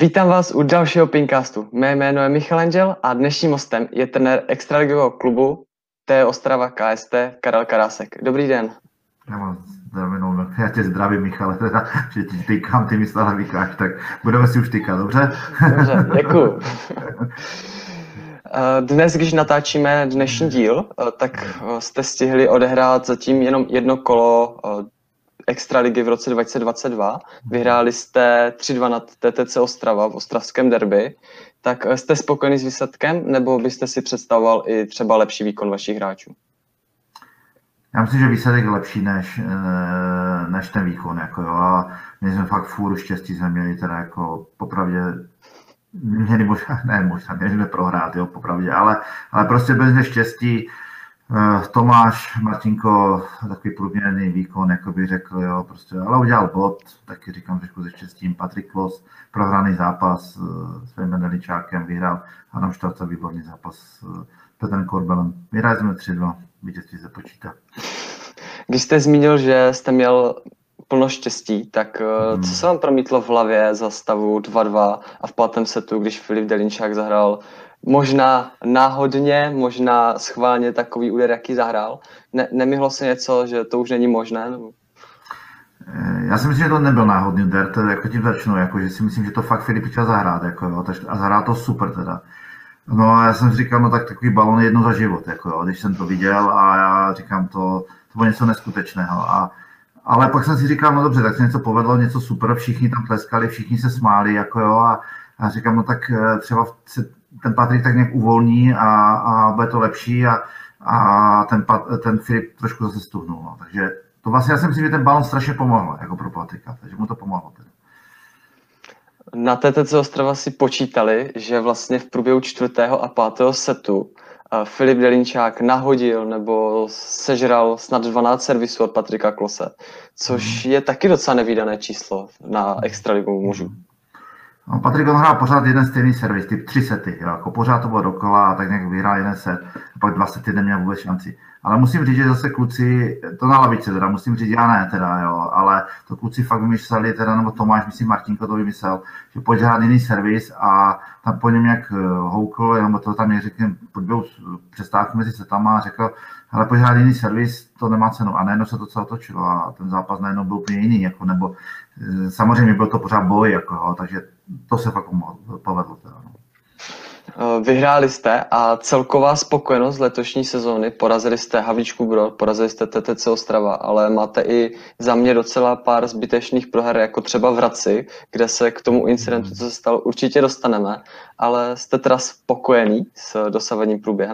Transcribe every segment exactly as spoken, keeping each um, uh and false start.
Vítám vás u dalšího Pincastu. Mé jméno je Michal Angel a dnešním hostem je trenér extraligového klubu T Ostrava K S T Karel Karásek. Dobrý den. Já mám zdravím, já tě zdravím, Michale, teda, že ti tykám, ty mi stále vykáš, tak budeme si už tykat, dobře? Dobře, děkuji. Dnes, když natáčíme dnešní díl, tak jste stihli odehrát zatím jenom jedno kolo extraligy v roce dva tisíce dvacet dva. Vyhráli jste tři dva nad T T C Ostrava v ostravském derby. Tak jste spokojený s výsledkem, nebo byste si představoval i třeba lepší výkon vašich hráčů? Já myslím, že výsledek je lepší než, než ten výkon. Jako jo. A my jsme fakt furt štěstí, jsme měli teda jako popravdě, měli možná, ne možná, měli jsme prohrát, jo, popravdě, ale, ale prostě byli jsme štěstí. Tomáš, Martinko, takový průměrný výkon, jako bych řekl, jo, prostě, ale udělal bod, taky říkám trošku se štěstím. Patrik Klos, prohraný zápas s Vejmen Deličákem, vyhrál Adam Štarca, výborný zápas s Petrem Korbelem. Vyhráli jsme tři dva, vítězství se počítá. Když jste zmínil, že jste měl plno štěstí, tak hmm. co se vám promítlo v hlavě za stavu dva dva a v pátém setu, když Filip Delinčák zahrál možná náhodně, možná schválně takový úder, jaký zahrál? Ne, nemihlo se něco, že to už není možné? Nebo? Já si myslím, že to nebyl náhodný úder, teda jako tím začnu, jako, že si myslím, že to fakt Filip chtěl zahrát, jako, jo, a zahrál to super teda. No a já jsem si říkal, no tak takový balon je jedno za život, jako, jo, když jsem to viděl a já říkám, to, to bylo něco neskutečného. A, ale pak jsem si říkal, no dobře, tak se něco povedlo, něco super, všichni tam tleskali, všichni se smáli, jako jo, a, a říkám, no tak třeba se ten Patrik tak nějak uvolní a, a bude to lepší a, a ten, ten Filip trošku zase stuhnul. No. Takže to vlastně já si myslím, že ten balon strašně pomohl jako pro Patrika, takže mu to pomohlo. Teda. Na T T C Ostrava si počítali, že vlastně v průběhu čtvrtého a pátého setu Filip Delinčák nahodil nebo sežral snad dvanáct servisů od Patrika Klose, což je taky docela nevídané číslo na extraligovou mužů. No, Patrik on hrál pořád jeden stejný servis, typ tři sety, jo, jako pořád to bylo dokola a tak nějak vyhrál jeden set a pak dva sety neměl vůbec šanci. Ale musím říct, že zase kluci, to na lavice teda, musím říct, já ne teda, jo, ale to kluci fakt vymysleli teda, nebo Tomáš, myslím Martinko to vymyslel, že pojď hrát jiný servis a tam po něm nějak houkl, nebo to tam je řekl, podběl přestávku mezi setama a řekl, ale pojď hrát jiný servis, to nemá cenu. A najednou se to celé otočilo a ten zápas najednou byl úplně jiný, jako, nebo samozřejmě byl to pořád boj, jako, jo, takže to se fakt povedlo. Teda, no. Vyhráli jste a celková spokojenost letošní sezóny, porazili jste Havlíčkův Brod, porazili jste T T C Ostrava, ale máte i za mě docela pár zbytečných proher, jako třeba v Hradci, kde se k tomu incidentu, co se stalo, určitě dostaneme, ale jste teda spokojený s dosavadním průběhem?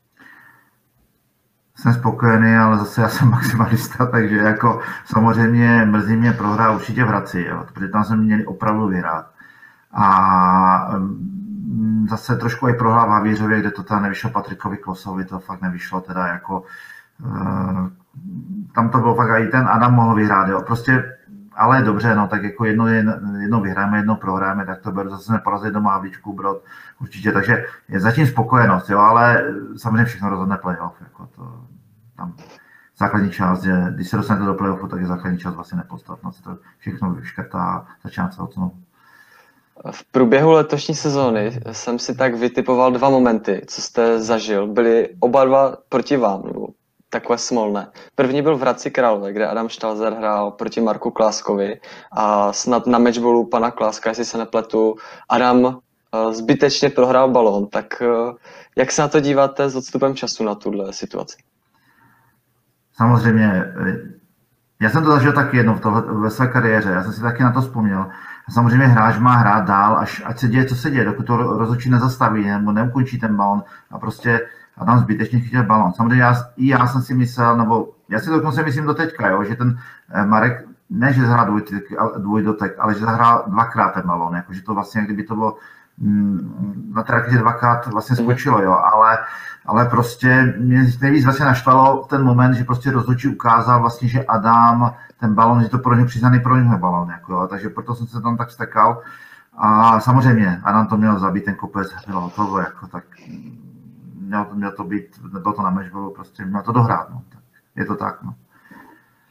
Jsem spokojený, ale zase já jsem maximalista, takže jako samozřejmě mrzí mě prohra určitě v Hradci, jo, protože tam jsme měli opravdu vyhrát. A zase trošku i prohrál v Havířově, kde to teda nevyšlo Patrikovi Klosovi, to fakt nevyšlo teda jako, uh, tam to bylo fakt i ten Adam mohl vyhrát, jo, prostě, ale dobře, no, tak jako jedno, jedno vyhráme, jedno prohráme, tak to beru, zase jsme porazili doma Havlíčkův Brod, určitě, takže je zatím spokojenost, jo, ale samozřejmě všechno rozhodne playoff, jako to, tam základní část je, když se dostanete do playoffu, tak je základní část vlastně nepodstatná, se to všechno vyškrtá, začíná se od znovu. V průběhu letošní sezóny jsem si tak vytipoval dva momenty, co jste zažil. Byly oba dva proti vám, nebo takové smolné. První byl v Hradci Králové, kde Adam Štalzer hrál proti Marku Kláskovi a snad na matchballu pana Kláska, jestli se nepletu, Adam zbytečně prohrál balón. Tak jak se na to díváte s odstupem času na tuhle situaci? Samozřejmě, já jsem to zažil taky jednou v tohle, ve své kariéře, já jsem si taky na to vzpomněl. A samozřejmě hráč má hrát dál, až ať se děje, co se děje, dokud to rozhodčí nezastaví nebo neukončí ten balon a prostě a tam zbytečně chytil balon. Samozřejmě já, i já jsem si myslel, nebo já si dokonce myslím do teďka, jo, že ten Marek, ne že zahrál dvojdotek, dvojdotek, ale že zahrál dvakrát ten balon, jako, že to vlastně, kdyby to bylo mm, na té raketě dvakrát vlastně skočilo, jo, ale, ale prostě mě nejvíc vlastně naštvalo ten moment, že prostě rozhodčí ukázal vlastně, že Adam ten balon, že to pro ně přiznaný pro něho balon, jako, jo, takže proto jsem se tam tak stekal a samozřejmě Adam to měl zabít, ten kopec, bylo hotovo, jako, tak mělo, mělo to být, nebylo to na matchballu, prostě mělo to dohrát, no, tak je to tak, no.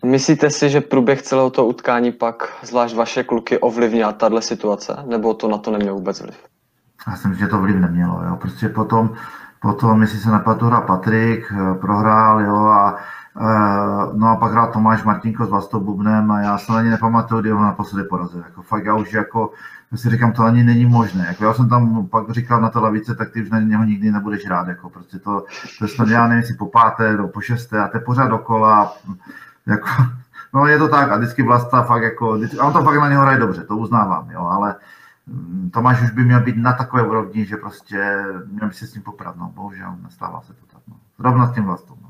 Myslíte si, že průběh celého toho utkání pak, zvlášť vaše kluky, ovlivnila tahle situace? Nebo to na to nemělo vůbec vliv? Já si myslím, že to vliv nemělo. Jo. Prostě potom, potom jestli se nepletu, Patrik prohrál, jo, a no a pak hrál Tomáš Martinko s Vlastou Bubnem a já se ani nepamatuju, kdy ho naposledy porazil. Jako, fakt já už jako, já si říkám, to ani není možné. Jako, já jsem tam pak říkal na té lavice, tak ty už na něho nikdy nebudeš rád. Jako, prostě to, to jsme já nevím, jestli po páté, do, po šesté a to je pořád dokola. Jako, no je to tak a vždycky Vlasta fakt jako, vždycky, a on to fakt na něho hraje dobře, to uznávám, jo, ale Tomáš už by měl být na takové úrovni, že prostě měl by se s tím poprat, no, bohužel nestává se to tak, no. Zrovna s tím Vlastou, no.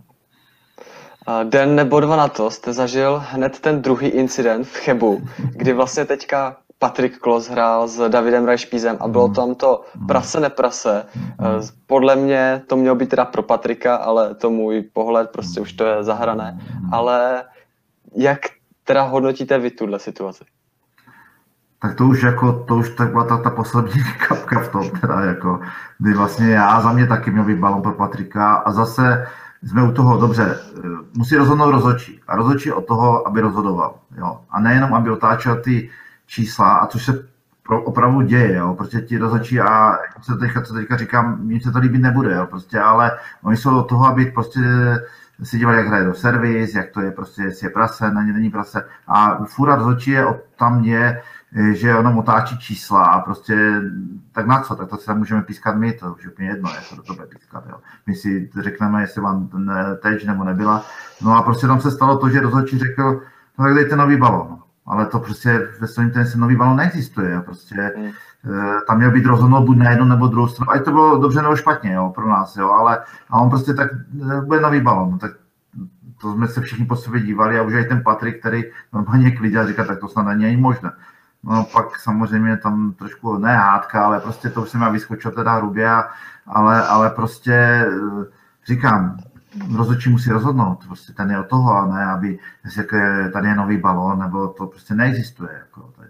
Den nebo dva na to jste zažil hned ten druhý incident v Chebu, kdy vlastně teďka Patrik Klos hrál s Davidem Rajšpízem a bylo tam to prase neprase. Podle mě to mělo být teda pro Patrika, ale to můj pohled, prostě už to je zahrané. Ale jak teda hodnotíte vy tuhle situaci? Tak to už jako, to už tak byla ta, ta poslední kapka v tom, teda jako, kdy vlastně já, za mě taky měl být balon pro Patrika a zase jsme u toho, dobře, musí rozhodnout rozhodčí a rozhodčí od toho, aby rozhodoval, jo, a nejenom, aby otáčel ty čísla, a což se pro, opravdu děje, jo, prostě ti rozhodčí a co teďka, co teďka říkám, mně se to líbit nebude, jo, prostě, ale oni jsou od toho, aby prostě si dívali, jak hraje do servis, jak to je prostě, jestli je prase, není, není prase a furt rozhodčí je, tam je, že ono otáčí čísla a prostě tak na co, tak to si tam můžeme pískat my, to už je úplně jedno, jak to bude pískat, jo. My si řekneme, jestli vám teď nebo nebyla, no a prostě tam se stalo to, že rozhodčí řekl, no tak dejte nový balon, ale to prostě ve stejném tenise nový balon neexistuje, jo. Prostě mm. tam měl být rozhodnout buď na jednu nebo druhou stranu, ať to bylo dobře nebo špatně, jo, pro nás, jo, ale a on prostě tak bude nový balon, no, tak to jsme se všichni po sobě dívali a už i ten Patrik, který normálně klidil a říkal, tak to snad není ani možné. No pak samozřejmě tam trošku, ne hádka, ale prostě to už jsem já vyskočil teda hrubě, ale, ale prostě říkám, rozhodčí musí rozhodnout, prostě ten je od toho a ne, aby, jestli tady je nový balón, nebo to prostě neexistuje. Jako, tady.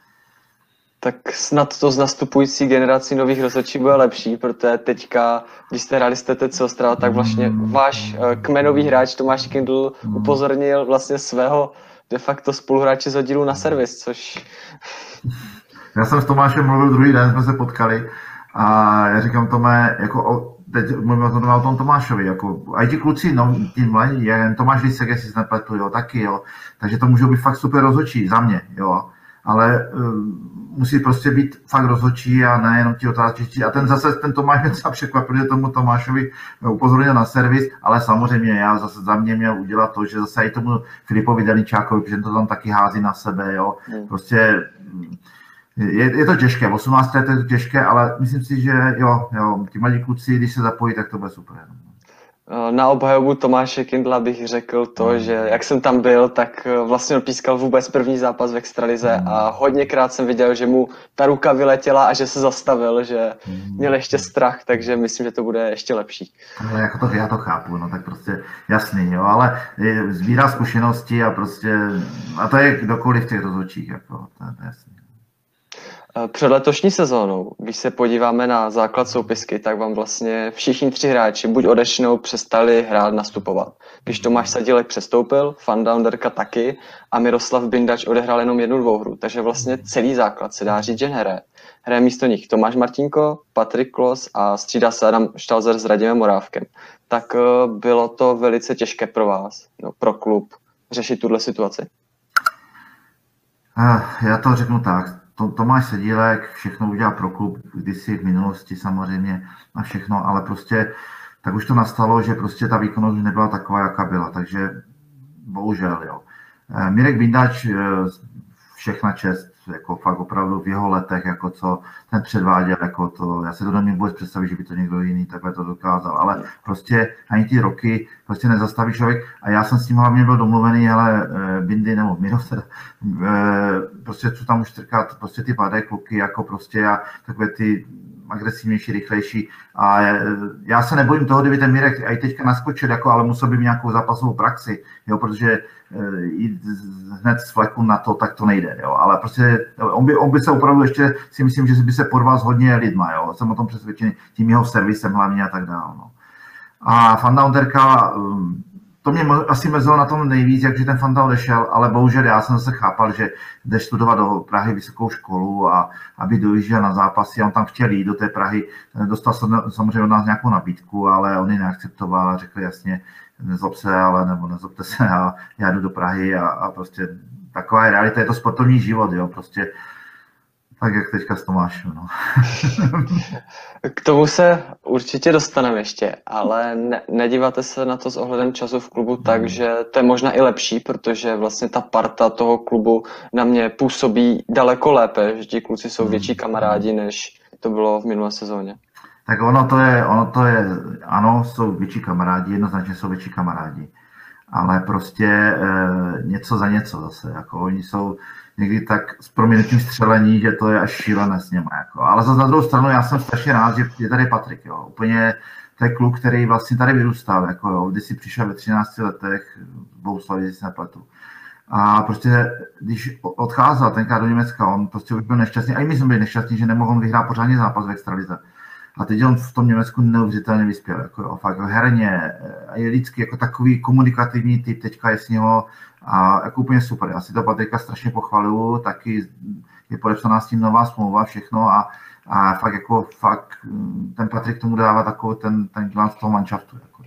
Tak snad to z nastupující generací nových rozhodčí bude lepší, protože teďka, když jste hráli jste teď Ostrava, tak vlastně váš kmenový hráč Tomáš Kindl upozornil vlastně svého de facto spoluhráče z oddílu na servis, což... Já jsem s Tomášem mluvil druhý den, jsme se potkali a já říkám Tome, jako o, teď mluvím o tom Tomášovi, jako a i ti kluci, no, tím mladí, jen Tomáš Lisek, jestli se nepletu, jo, taky, jo, takže to můžou být fakt super rozhodčí za mě, jo, ale um, musí prostě být fakt rozhodčí a ne jenom ti otáčečí. A ten zase, ten Tomáš mě třeba překvapil, že tomu Tomášovi upozornil na servis, ale samozřejmě já zase za mě měl udělat to, že zase i tomu Filipovi Daničákovi, protože to tam taky hází na sebe, jo. Prostě je, je to těžké, v osmnácti letech je to těžké, ale myslím si, že jo, jo, ti mladí kluci, když se zapojí, tak to bude super. Na obhajobu Tomáše Kindla bych řekl to, mm. že jak jsem tam byl, tak vlastně pískal vůbec první zápas v extralize mm. a hodněkrát jsem viděl, že mu ta ruka vyletěla a že se zastavil, že mm. měl ještě strach, takže myslím, že to bude ještě lepší. Ale jako to, já to chápu, no tak prostě jasný, jo, ale sbírá zkušenosti a prostě, a to je kdokoliv v těch rozhodčích, jako, to je jasný. Před letošní sezónou, když se podíváme na základ soupisky, tak vám vlastně všichni tři hráči buď odešnou, přestali hrát, nastupovat. Když Tomáš Sadílek přestoupil, Fanda Onderka taky a Miroslav Bindač odehrál jenom jednu dvouhru, takže vlastně celý základ se dá říct, že nehraje. Hraje místo nich Tomáš Martinko, Patrik Klos a střídá se Adam Štalzer s Radimem Morávkem. Tak bylo to velice těžké pro vás, no, pro klub, řešit tuhle situaci? Já to řeknu tak. Tomáš Sedílek všechno udělal pro klub, kdysi v minulosti samozřejmě a všechno, ale prostě tak už to nastalo, že prostě ta výkonnost nebyla taková, jaká byla, takže bohužel, jo. Mirek Bindač, všechna čest, jako fakt opravdu v jeho letech, jako co ten předváděl, jako to, já se to nemůžu vůbec představit, že by to někdo jiný takhle to dokázal, ale prostě ani ty roky prostě nezastaví člověk a já jsem s tím hlavně byl domluvený, ale Bindy nebo Miro, prostě co tam už trkat, prostě ty mladé kluky, jako prostě a takové ty agresivnější, rychlejší a já se nebojím toho, kdyby ten Mirek i teďka naskočil, jako, ale musel by mít nějakou zápasovou praxi, jo, protože jít hned z fleku na to, tak to nejde, jo, ale prostě on by, on by se opravdu ještě si myslím, že by se porval s hodně lidma, jo, jsem o tom přesvědčený, tím jeho servisem hlavně a tak dále, no. A Fanda Onderka, to mě asi mrzelo na tom nejvíc, jakže ten Fanta odešel, ale bohužel já jsem zase chápal, že jdeš studovat do Prahy vysokou školu a aby dojížděl na zápasy, a on tam chtěl jít do té Prahy, dostal samozřejmě od nás nějakou nabídku, ale on ji neakceptoval a řekl jasně, nezlob se, ale nebo nezlobte se, a já jdu do Prahy a, a prostě taková je realita, je to sportovní život, jo, prostě tak, jak teďka s Tomášem, no. K tomu se určitě dostaneme ještě, ale ne, nedíváte se na to s ohledem času v klubu tak, Hmm. že to je možná i lepší, protože vlastně ta parta toho klubu na mě působí daleko lépe, že ti kluci jsou větší kamarádi, než to bylo v minulé sezóně. Tak ono to je, ono to je, ano, jsou větší kamarádi, jednoznačně jsou větší kamarádi, ale prostě e, něco za něco zase, jako oni jsou někdy tak s proměnutím střelení, že to je až šílené s něma, jako. Ale zase na druhou stranu já jsem strašně rád, že je tady Patrik, jo, úplně to je kluk, který vlastně tady vyrůstal, jako jo, když si přišel ve třinácti letech, v Bohuslavi, když se nepletu. A prostě, když odcházel tenkrát do Německa, on prostě už byl nešťastný, a i my jsme byli nešťastní, že nemohl vyhrát pořádně zápas v extralize. A teď on v tom Německu neuvěřitelně vyspěl, jako jo, fakt herně, je lidsky jako takový komunikativní typ, teďka je s něho a jako úplně super. Já si to Patrika strašně pochvaluju, taky je podepsaná s tím nová smlouva, všechno a, a fakt jako fakt ten Patrik tomu dává takový ten, ten glanc toho manšaftu. Jako,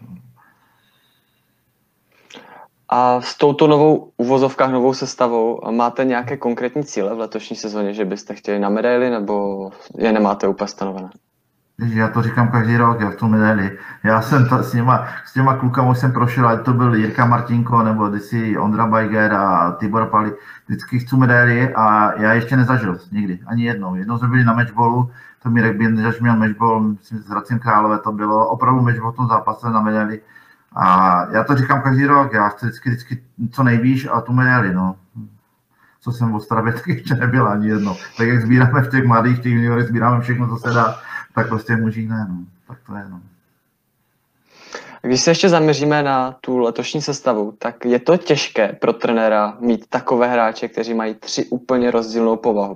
A s touto novou uvozovkách, novou sestavou máte nějaké konkrétní cíle v letošní sezóně, že byste chtěli na medaili, nebo je nemáte úplně stanovené? Já to říkám každý rok, já v tom medaili. Já jsem to, s, těma, s těma klukama jsem prošel, ať to byl Jirka Martinko, nebo kdysi Ondra Bajger a Tibor Pali. Vždycky chci medaili a já ještě nezažil nikdy, ani jednou. Jednou jsme byli na matchballu, to mi řekl Běndaž, měl matchball, myslím, s Hradcem Králové, to bylo opravdu matchball v tom zápase na medaili. A já to říkám každý rok, já chci vždycky, vždycky co nejvíš a tu medaili, no. Co jsem v Ostravě, tak ještě nebyla ani jedno. Tak jak sbíráme v těch mladých, těch juniorech, sbíráme všechno, co se dá, tak prostě mužích ne, no. Tak to je, no. Když se ještě zaměříme na tu letošní sestavu, tak je to těžké pro trenéra mít takové hráče, kteří mají tři úplně rozdílnou povahu?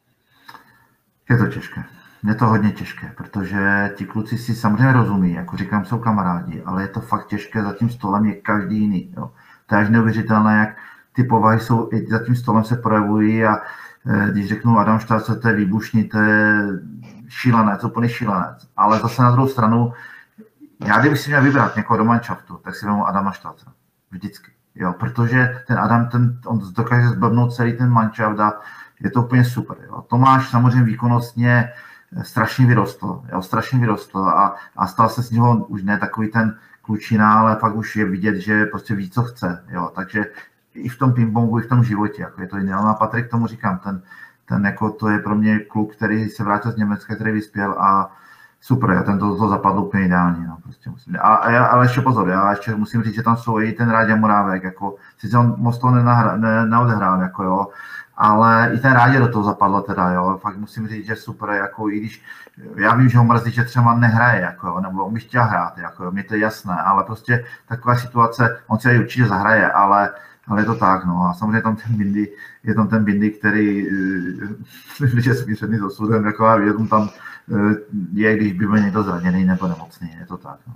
Je to těžké. Je to hodně těžké, protože ti kluci si samozřejmě rozumí, jako říkám, jsou kamarádi, ale je to fakt těžké, za tím stolem je každý jiný. Jo. To je až neuvěřitelné, jak ty povahy jsou, i za tím stolem se projevují a e, když řeknu Adam Štárce, to je výbušný, to je šílenec, úplně šílenec. Ale zase na druhou stranu, já kdybych si měl vybrat někoho do manšaftu, tak si vezmu Adama Štárce. Vždycky. Jo, protože ten Adam, ten, on dokáže zblbnout celý ten manšaft a je to úplně super. Jo. Tomáš samozřejmě výkonnostně strašně vyrostl, jo, strašně vyrostl a, a stal se z něho už ne takový ten klučina, ale pak už je vidět, že prostě ví, co chce, jo, takže i v tom pingpongu, i v tom životě, jako je to jiné. A Patrik tomu říkám, ten, ten jako to je pro mě kluk, který se vrátil z Německa, který vyspěl a super, jo, ten to, to zapadl úplně ideálně, no, prostě musím. A, a já, ale ještě pozor, já ještě musím říct, že tam jsou i ten Ráďa Morávek, jako, sice on moc toho nenahra, ne, neodehrál, jako jo, ale i ten Rádě do toho zapadlo teda, jo, fakt musím říct, že super, jako i když, já vím, že ho mrzí, že třeba nehraje, jako jo, nebo on by chtěl hrát, jako jo, mě to je jasné, ale prostě taková situace, on se určitě zahraje, ale, ale je to tak, no, a samozřejmě tam ten Bindy, je tam ten Bindy, který je smířený s osudem, jako a vědom tam je, když by byl někdo zraněný nebo nemocný, je to tak, no.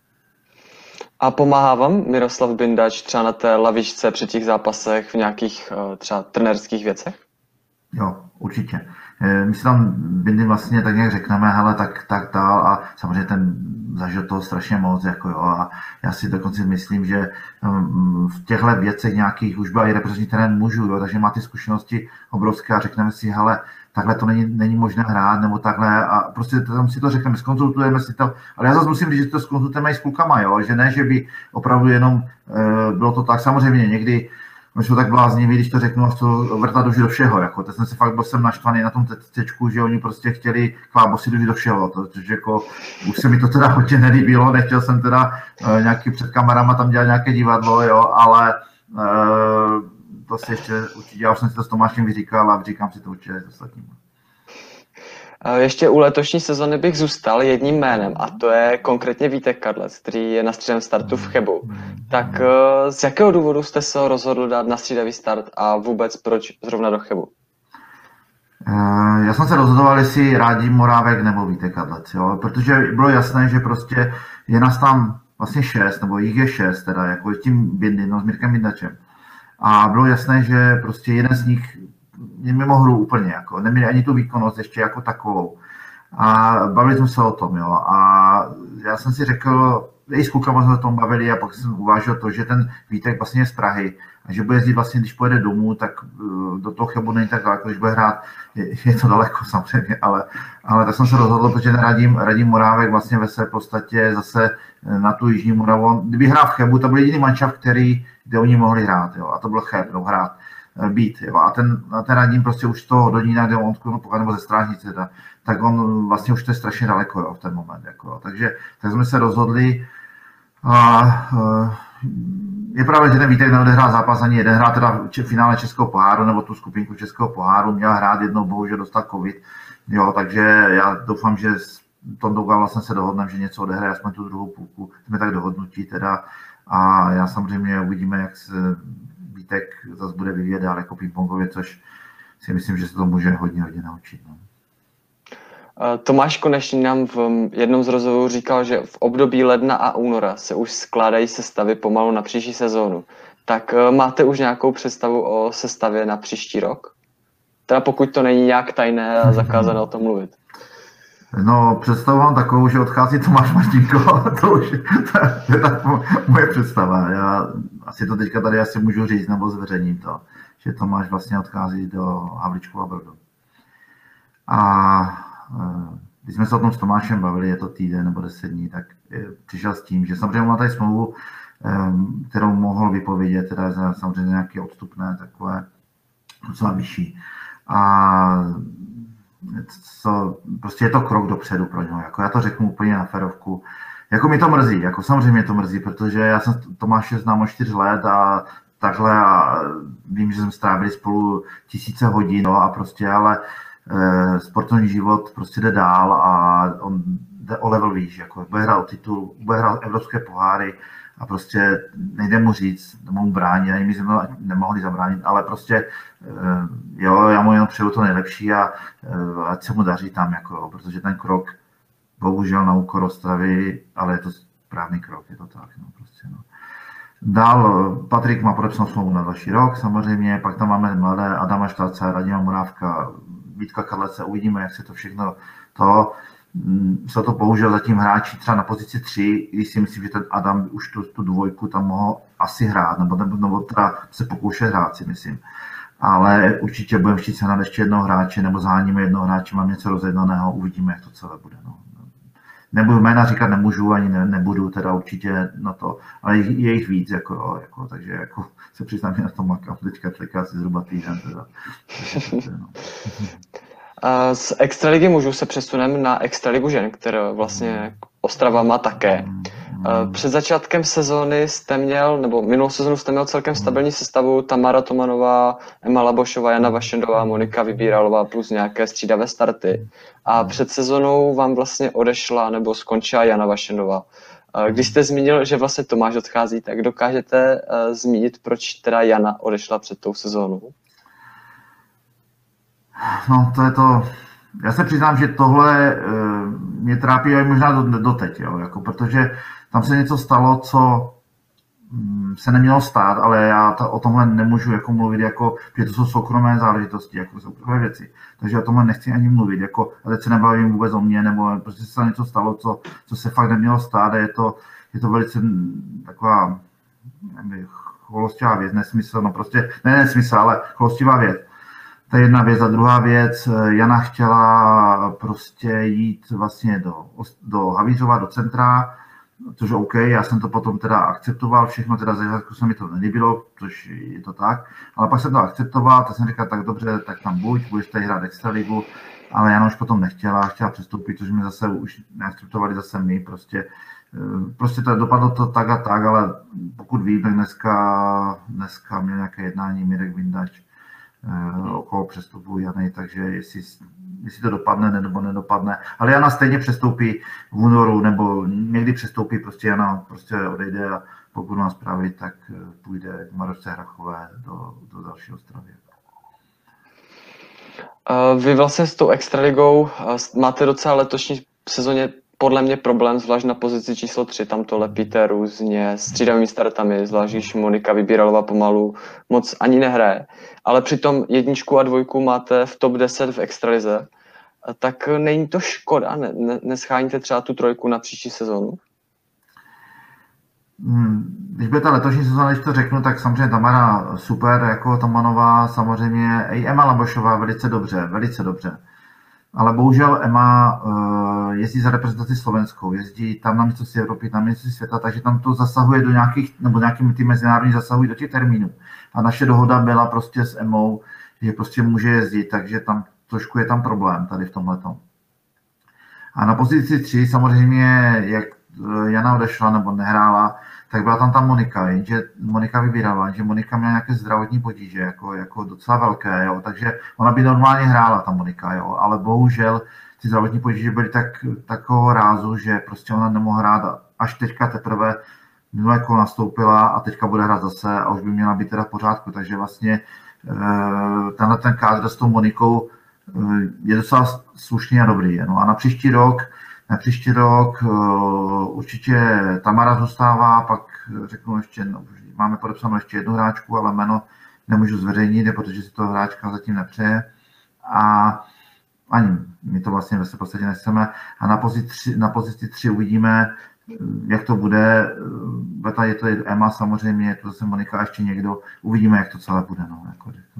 A pomáhá vám Miroslav Bindač třeba na té lavičce při těch zápasech v nějakých třeba trenérských věcech? Jo, určitě. My si tam Bindy vlastně tak nějak řekneme, hele, tak, tak dál a samozřejmě ten zažil toho strašně moc, jako jo, a já si dokonce myslím, že v těchto věcech nějakých už byl i reprezentační trenér mužů, jo, takže má ty zkušenosti obrovské a řekneme si, hele, takhle to není, není možné hrát, nebo takhle a prostě tam si to řekneme, zkonzultujeme si to, ale já zase musím říct, že to zkonzultujeme i s klukama, jo, že ne, že by opravdu jenom e, bylo to tak, samozřejmě někdy my jsou tak blázniví, když to řeknu, a to vrtat už do všeho, jako, teď jsem se fakt byl jsem naštvaný na tom tečku, že oni prostě chtěli klábosit už do všeho, to, že jako, už se mi to teda hodně nelíbilo, nechtěl jsem teda e, nějaký před kamerama tam dělat nějaké divadlo, jo, ale e, to si ještě určitě, já už jsem si to s Tomášem vyříkal a říkám si to určitě s ostatními. Ještě u letošní sezony bych zůstal jedním jménem a to je konkrétně Vítek Kadlec, který je na střídavém startu v Chebu. Tak z jakého důvodu jste se rozhodl dát na střídavý start a vůbec proč zrovna do Chebu? Já jsem se rozhodoval, jestli Rádim Morávek nebo Vítek Kadlec, jo? Protože bylo jasné, že prostě je nás tam vlastně šest, nebo jich je šest teda, jako s tím Bindy, no s Mirkem Bindačem. A bylo jasné, že prostě jeden z nich je mimo hru úplně, jako neměli ani tu výkonnost ještě jako takovou. A bavili jsme se o tom, jo. A já jsem si řekl, i s klukama jsme o tom bavili a pak jsem uvážil to, že ten Vítek vlastně je z Prahy a že bude jezdit vlastně, když pojede domů, tak do toho Chebu není tak daleko, když bude hrát, je, je to daleko samozřejmě, ale, ale tak jsem se rozhodl, protože radím, radím Morávek vlastně ve své podstatě zase na tu Jižní Moravu. Kdyby hrál v Chebu, to byl jediný manšaft, který, kde oni mohli hrát, jo. A to byl Cheb, no, hrát, být, jo. A ten, a ten radím prostě už z toho Donína, kde on no, nebo ze Strážnice, teda, tak on vlastně už to je strašně daleko, jo, v ten moment, jako, jo. Takže tak jsme se rozhodli. A, je pravda, že ten Vítek neodehrál zápas ani jeden, hrál teda v finále Českého poháru, nebo tu skupinku Českého poháru, měl hrát jednou, bohužel dostal covid, jo, takže já doufám, že s Tondou vlastně se dohodneme, že něco odehraje, aspoň tu druhou půlku, jsme tak dohodnutí teda a já samozřejmě uvidíme, jak se Vítek zase bude vyvíjet dál jako pingpongově, což si myslím, že se to může hodně, hodně naučit. No. Tomáš Konečný nám v jednom z rozhovorů říkal, že v období ledna a února se už skládají sestavy pomalu na příští sezónu. Tak máte už nějakou představu o sestavě na příští rok? Teda pokud to není nějak tajné a zakázané o tom mluvit. No, představu mám takovou, že odchází Tomáš Martinko, to už to je tak moje představa. Já asi to teďka tady asi můžu říct, nebo zveřejním to, že Tomáš vlastně odchází do Havlíčkova a Brdu. A když jsme se o tom s Tomášem bavili, je to týden nebo deset dní, tak přišel s tím, že samozřejmě má tady smlouvu, kterou mohl vypovědět, teda za samozřejmě nějaké odstupné, takové docela vyšší. A co, prostě je to krok dopředu pro něho, jako já to řeknu úplně na ferovku. Jako mi to mrzí, jako samozřejmě mě to mrzí, protože já jsem Tomáše znám o čtyři let a takhle a vím, že jsme strávili spolu tisíce hodin, no, a prostě, ale e, sportovní život prostě jde dál a on jde o level výš, jako bude hrát o titul, bude hrát evropské poháry a prostě nejde mu říct, mu bránit, ani my jsme nemohli zabránit, ale prostě e, jo, já mu jenom přeju to nejlepší a e, ať se mu daří tam, jako, protože ten krok bohužel na úkor Ostravy, ale je to správný krok, je to tak, no, prostě, no. Dál Patrik má podepsanou smlouvu na další rok, samozřejmě, pak tam máme mladé Adama Štáce, Radima Morávka, Vítka Kadlece, uvidíme, jak se to všechno to, jsou to bohužel zatím hráči třeba na pozici tři, když si myslím, že ten Adam už tu, tu dvojku tam mohl asi hrát, nebo, nebo, nebo teda se pokoušet hrát, si myslím. Ale určitě budeme chtít se na ještě jednoho hráče, nebo zháníme jednoho hráče, mám něco rozjednaného, uvidíme, jak to celé bude. No. Nebudu jména říkat, nemůžu, ani ne, nebudu teda určitě na to, ale je jich víc, jako, jako, takže jako se přiznám, že na tom makám teďka teďka asi zhruba týden. Teda. No. Z extraligy mužů se přesuneme na extraligu žen, kterou vlastně Ostrava má také. Před začátkem sezóny jste měl, nebo minulou sezónu jste měl celkem stabilní sestavu Tamara Tomanová, Emma Labošová, Jana Vašendová, Monika Vybíralová plus nějaké střídavé starty. A před sezónou vám vlastně odešla nebo skončila Jana Vašendová. Když jste zmínil, že vlastně Tomáš odchází, tak dokážete uh, zmínit, proč teda Jana odešla před tou sezónou? No, to je to. Já se přiznám, že tohle uh, mě trápí možná do, doteď, jo, jako, protože tam se něco stalo, co um, se nemělo stát, ale já to, o tomhle nemůžu jako mluvit, jako, že to jsou soukromé záležitosti, jako soukromé věci. Takže o tomhle nechci ani mluvit, jako, a teď se nebavím vůbec o mně, nebo prostě se něco stalo, co, co se fakt nemělo stát a je to, je to velice taková nevím, cholostivá věc, nesmysl, no prostě, ne nesmysl, ale cholostivá věc. To je jedna věc. A druhá věc, Jana chtěla prostě jít vlastně do, do Havířova, do centra, což OK, já jsem to potom teda akceptoval, všechno teda začátku se mi to nelíbilo, což je to tak, ale pak jsem to akceptoval, tak jsem říkal, tak dobře, tak tam buď, budeš tady hrát extraligu, ale Jana už potom nechtěla, chtěla přestoupit, což mi zase už neakceptovali zase my, prostě, prostě to dopadlo to tak a tak, ale pokud vím, tak dneska, dneska měl nějaké jednání Mirek Vindač okolo přestupu Jany, takže jestli, jestli to dopadne nebo nedopadne. Ale Jana stejně přestoupí v únoru, nebo někdy přestoupí, prostě Jana prostě odejde a pokud má zprávy, tak půjde k Marošce Hrachové do, do další Ostravy. Vy vlastně s tou extraligou máte docela letošní sezóně podle mě problém, zvlášť na pozici číslo tři, tam to lepíte různě střídavými startami, zvlášť když Monika Vybíralová pomalu moc ani nehraje. Ale přitom jedničku a dvojku máte v top deset v extralize, tak není to škoda, ne, ne, nescháníte třeba tu trojku na příští sezónu? Když bude ta letošní sezóna, když to řeknu, tak samozřejmě Tamara super, jako Tomanová, samozřejmě i Emma Labošová velice dobře, velice dobře. Ale bohužel Emma uh, jezdí za reprezentaci slovenskou, jezdí tam na mistrovství Evropy, na mistrovství světa, takže tam to zasahuje do nějakých, nebo nějakými ty mezinárodní zasahují do těch termínů. A naše dohoda byla prostě s Emmou, že prostě může jezdit, takže tam trošku je tam problém tady v tomhletom. A na pozici tři samozřejmě, jak Jana odešla nebo nehrála, tak byla tam ta Monika, jenže Monika vybírala, že Monika měla nějaké zdravotní potíže, jako, jako docela velké, jo, takže ona by normálně hrála, ta Monika, jo, ale bohužel ty zdravotní potíže byly tak, takového rázu, že prostě ona nemohla hrát, až teďka teprve minulé kolo nastoupila a teďka bude hrát zase a už by měla být teda v pořádku, takže vlastně tenhle ten kádr s tou Monikou je docela slušný a dobrý, no a na příští rok Na příští rok uh, určitě Tamara zůstává, pak řeknu ještě, no, máme podepsanou ještě jednu hráčku, ale jméno nemůžu zveřejnit, protože si to hráčka zatím nepřeje. A ani my to vlastně v podstatě nechceme. A na pozici, na pozici tři uvidíme, jak to bude. Je to Emma samozřejmě, je to zase Monika a ještě někdo. Uvidíme, jak to celé bude. No, jako, no.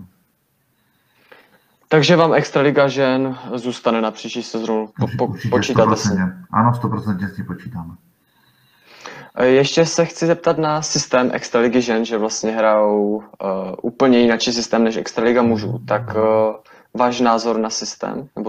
Takže vám Extraliga žen zůstane na příští sezónu? Po, po, počítáte si? Ano, sto procent s tím počítáme. Ještě se chci zeptat na systém Extraligy žen, že vlastně hrajou uh, úplně jiný systém než Extraliga mužů. Tak uh, váš názor na systém? Nebo...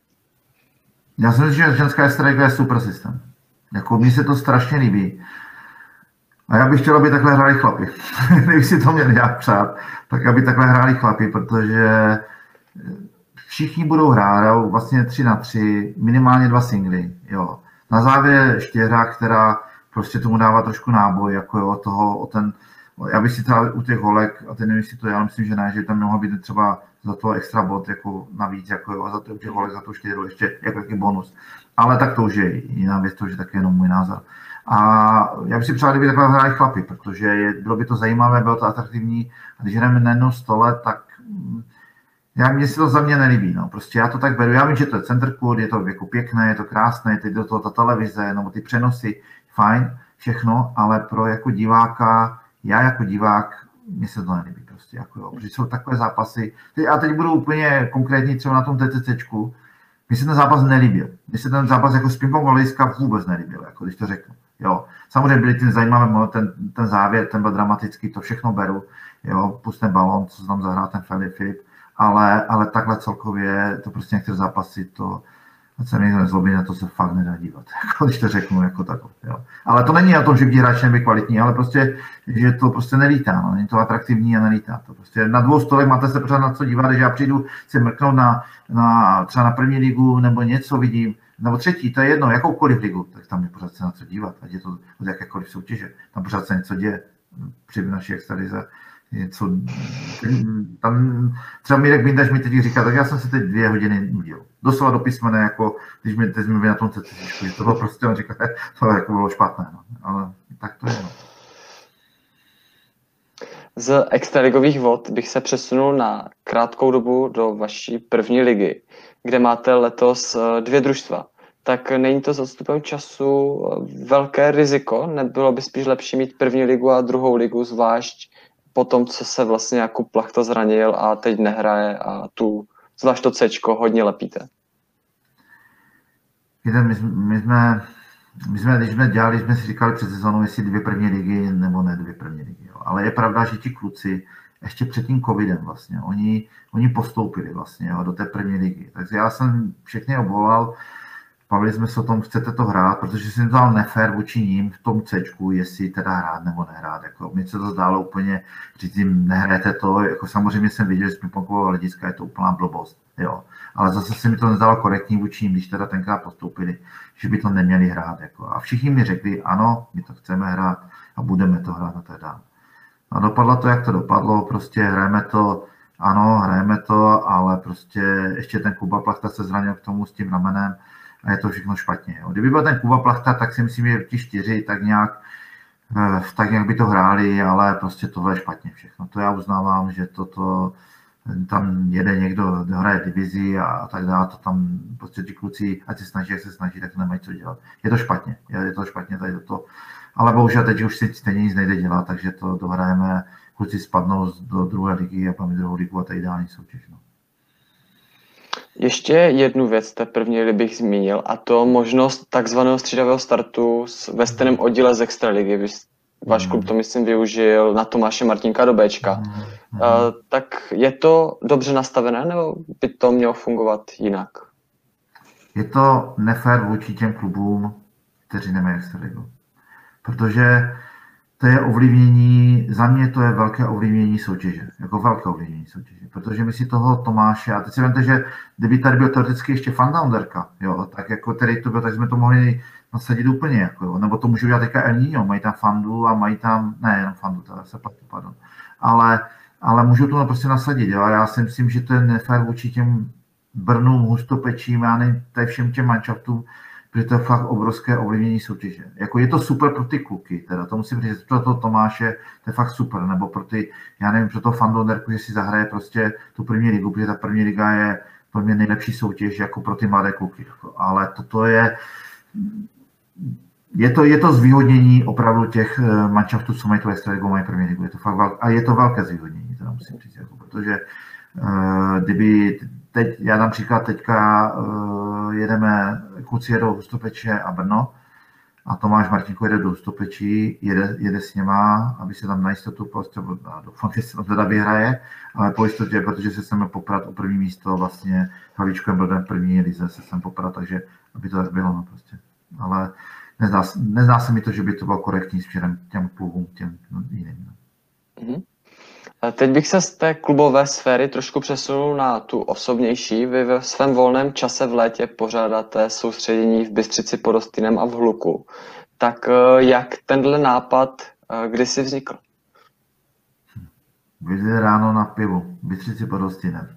Já si myslím, že ženská Extraliga je super systém. Jako mně se to strašně líbí. A já bych chtěl, aby takhle hráli chlapi. Kdybych si to měl nějak přát, tak aby takhle hráli chlapi, protože všichni budou hrát, vlastně tři na tři, minimálně dva singly, jo. Na závěr Štěhra, která prostě tomu dává trošku náboj, jako jo, toho, o ten, já bych si třeba u těch holek, a ty nevím, jestli to já myslím, že ne, že tam mohla být třeba za to extra bod, jako navíc, jako jo, a za to u těch holek, za to Štěhru ještě jako jaký bonus. Ale tak to už je jiná věc, to už je taky jenom můj názor. A já bych si přál, kdyby takhle hráli chlapi, protože je, bylo by to zajímavé, bylo to atraktivní, a když hrajeme na jednom stole, tak já, mně si to za mě nelíbí, no. Prostě já to tak beru, já vím, že to je center court, je to jako pěkné, je to krásné, teď do toho ta televize, nebo ty přenosy, fajn, všechno, ale pro jako diváka, já jako divák, mně se to nelíbí prostě, jako jo, protože jsou takové zápasy, teď, a teď budu úplně konkrétní třeba na tom TCCčku, mně se ten zápas nelíbil, mně se ten zápas jako s ping-pong vůbec nelíbil, jako když to řeknu, jo. Samozřejmě byly ty zajímavé, ten, ten závěr, ten byl dramatický, to všechno beru, jo, pust ten balón, co tam zahrál ten Filip, Ale, ale takhle celkově to prostě některé zápasy, to se někdo nezlobí, na to se fakt nedá dívat, jako, když to řeknu jako takové. Jo. Ale to není o tom, že ti hráči nebyli kvalitní, ale prostě, že to prostě nelítá, no. Není to atraktivní a nelítá to. Prostě na dvou stolech máte se pořád na co dívat, když já přijdu si mrknout na, na, třeba na první ligu nebo něco vidím, nebo třetí, to je jedno, jakoukoliv ligu, tak tam je pořád se na co dívat, ať je to od jakékoliv soutěže, tam pořád se něco děje při naší extralize. Co, tam třeba Mirek Bindaš mi teď říká, tak já jsem si teď dvě hodiny nudil. Doslova do písmene, jako když mi teď jsme byli na tom cetičku, to bylo prostě, on říká, to jako bylo špatné, no. Ale tak to je. No. Z extraligových vod bych se přesunul na krátkou dobu do vaší první ligy, kde máte letos dvě družstva. Tak není to s odstupem času velké riziko? Nebylo by spíš lepší mít první ligu a druhou ligu, zvlášť po tom, co se vlastně Jakub Plachta zranil a teď nehraje a tu, zvlášť to Cčko, hodně lepíte? Víte, my, my, jsme, my jsme, když jsme dělali, jsme si říkali před sezónou, jestli dvě první ligy nebo ne dvě první ligy. Jo. Ale je pravda, že ti kluci ještě před tím covidem vlastně, oni, oni postoupili vlastně jo, do té první ligy. Takže já jsem všechny obvolal, bavili jsme se o tom, chcete to hrát, protože jsem to dal nefér vůči ním v tom Cčku, jestli teda hrát nebo nehrát. Jako, mně se to zdálo úplně, říct jim, nehrajete to, jako samozřejmě jsem viděl, že z pingpongového hlediska je to úplná blbost, jo. Ale zase se mi to nezdálo korektní vůči jim, když teda tenkrát postoupili, že by to neměli hrát. Jako. A všichni mi řekli, ano, my to chceme hrát a budeme to hrát a teda. A dopadlo to, jak to dopadlo, prostě hrajeme to ano, hrajeme to, ale prostě ještě ten Kuba Plachta se zranil k tomu s tím ramenem a je to všechno špatně. Jo. Kdyby byl ten Kuba Plachta, tak si myslím, že ti čtyři tak nějak, tak nějak by to hráli, ale prostě tohle je špatně všechno. To já uznávám, že toto tam jede někdo, hraje divizi a tak dále, to tam prostě ti kluci, ať se snaží, jak se snaží, tak nemají co dělat. Je to špatně, je to špatně tady to, ale bohužel teď už si stejně nic nejde dělat, takže to dohrajeme, kluci spadnou do druhé ligy a pak druhou ligu a to je ideální soutěž. No. Ještě jednu věc té první ligy bych zmínil, a to možnost takzvaného střídavého startu ve stejném oddíle z extraligy. Váš klub to, myslím, využil na Tomáše Martinka do Bčka. Mm. Uh, tak je to dobře nastavené, nebo by to mělo fungovat jinak? Je to nefér vůči těm klubům, kteří nemají extraligu. Protože to je ovlivnění, za mě to je velké ovlivnění soutěže, jako velké ovlivnění soutěže, protože my si toho Tomáše, a teď si vemte, že kdyby tady byl teoreticky ještě Fanda Onderka, jo, tak jako tady to bylo, tak jsme to mohli nasadit úplně, jako, jo, nebo to můžu udělat teďka El Niño, mají tam Fandu a mají tam, ne, jenom Fandu, to se platí, pardon, ale, ale můžu to prostě nasadit, jo, a já si myslím, že to je nefér vůči těm Brnům, Hustopečím, já nevím, tady všem těm manšaftům, protože to je fakt obrovské ovlivnění soutěže. Jako je to super pro ty kluky, teda to musím říct, pro toho Tomáše, to je fakt super, nebo pro ty, já nevím, pro toho Fandonderku, že si zahraje prostě tu první ligu, protože ta první liga je pro mě nejlepší soutěž jako pro ty mladé kluky. Ale toto je, je to, je to zvýhodnění opravdu těch manšaftů, co mají tu extraligu, mají první ligu. Je to fakt velké, a je to velké zvýhodnění, teda musím říct, jako, protože uh, kdyby teď, já dám příklad, teďka uh, jedeme, kluci jedou Hustopeče a Brno a Tomáš Martinko jede do Hustopečí, jede, jede s něma, aby se tam na jistotu postavil, doufám, že se tam teda vyhraje, ale po jistotě, protože se chceme poprat o první místo vlastně Havlíčkem Brodem v první lize se sem poprat, takže aby to tak bylo, no prostě. Ale nezdá, nezdá se mi to, že by to bylo korektní směrem těm klubům, těm no, jiným. No. Mm-hmm. Teď bych se z té klubové sféry trošku přesunul na tu osobnější. Vy ve svém volném čase v létě pořádáte soustředění v Bystřici pod Hostýnem a v Hluku. Tak jak tenhle nápad kdysi vznikl? Vyjde ráno na pivu, Bystřici pod Hostýnem.